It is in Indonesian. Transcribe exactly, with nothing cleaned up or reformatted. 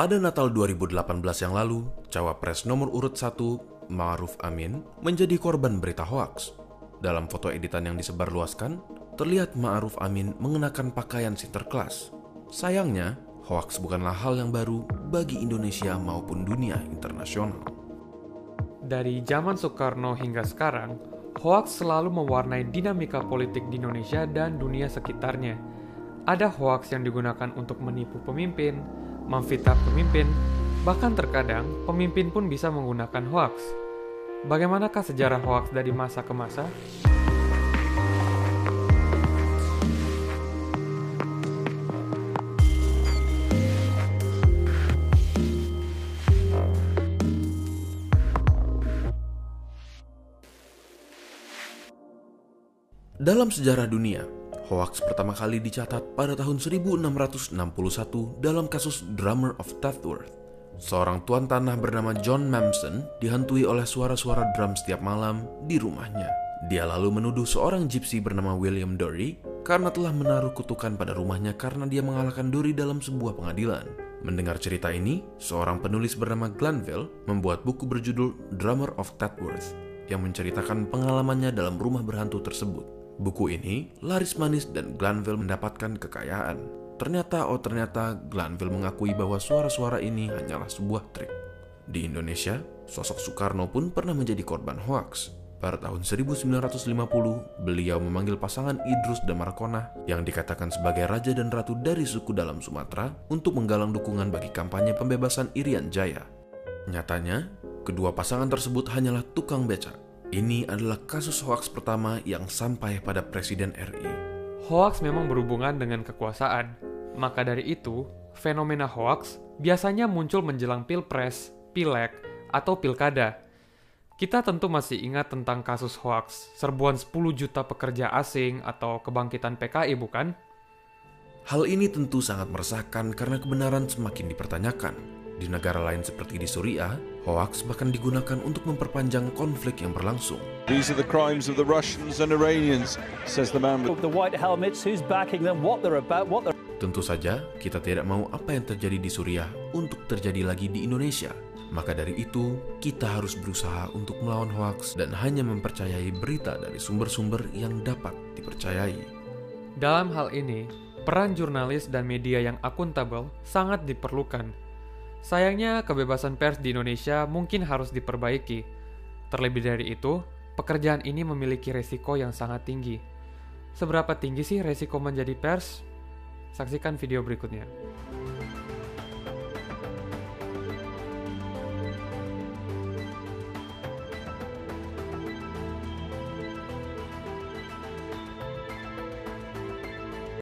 Pada Natal dua ribu delapan belas yang lalu, cawapres nomor urut satu, Ma'ruf Amin, menjadi korban berita hoaks. Dalam foto editan yang disebarluaskan, terlihat Ma'ruf Amin mengenakan pakaian sinterklas. Sayangnya, hoaks bukanlah hal yang baru bagi Indonesia maupun dunia internasional. Dari zaman Soekarno hingga sekarang, hoaks selalu mewarnai dinamika politik di Indonesia dan dunia sekitarnya. Ada hoaks yang digunakan untuk menipu pemimpin, memfitnah pemimpin, bahkan terkadang pemimpin pun bisa menggunakan hoaks. Bagaimanakah sejarah hoaks dari masa ke masa? Dalam sejarah dunia, hoaks pertama kali dicatat pada tahun seribu enam ratus enam puluh satu dalam kasus Drummer of Tatworth. Seorang tuan tanah bernama John Mamson dihantui oleh suara-suara drum setiap malam di rumahnya. Dia lalu menuduh seorang gypsy bernama William Dory karena telah menaruh kutukan pada rumahnya karena dia mengalahkan Dory dalam sebuah pengadilan. Mendengar cerita ini, seorang penulis bernama Glanville membuat buku berjudul Drummer of Tatworth yang menceritakan pengalamannya dalam rumah berhantu tersebut. Buku ini laris manis dan Glanville mendapatkan kekayaan. Ternyata, oh ternyata Glanville mengakui bahwa suara-suara ini hanyalah sebuah trik. Di Indonesia, sosok Soekarno pun pernah menjadi korban hoaks. Pada tahun seribu sembilan ratus lima puluh, beliau memanggil pasangan Idrus dan Markonah yang dikatakan sebagai raja dan ratu dari suku dalam Sumatera untuk menggalang dukungan bagi kampanye pembebasan Irian Jaya. Nyatanya, kedua pasangan tersebut hanyalah tukang becak. Ini adalah kasus hoaks pertama yang sampai pada Presiden R I. Hoaks memang berhubungan dengan kekuasaan. Maka dari itu, fenomena hoaks biasanya muncul menjelang pilpres, pileg, atau pilkada. Kita tentu masih ingat tentang kasus hoaks serbuan sepuluh juta pekerja asing atau kebangkitan P K I, bukan? Hal ini tentu sangat meresahkan karena kebenaran semakin dipertanyakan. Di negara lain seperti di Suriah, hoaks bahkan digunakan untuk memperpanjang konflik yang berlangsung. These are the crimes of the Russians and Iranians, says the man with the white helmets, who's backing them, what they're about, what they're... Tentu saja, kita tidak mau apa yang terjadi di Suriah untuk terjadi lagi di Indonesia. Maka dari itu, kita harus berusaha untuk melawan hoaks dan hanya mempercayai berita dari sumber-sumber yang dapat dipercayai. Dalam hal ini, peran jurnalis dan media yang akuntabel sangat diperlukan. Sayangnya, kebebasan pers di Indonesia mungkin harus diperbaiki. Terlebih dari itu, pekerjaan ini memiliki resiko yang sangat tinggi. Seberapa tinggi sih resiko menjadi pers? Saksikan video berikutnya.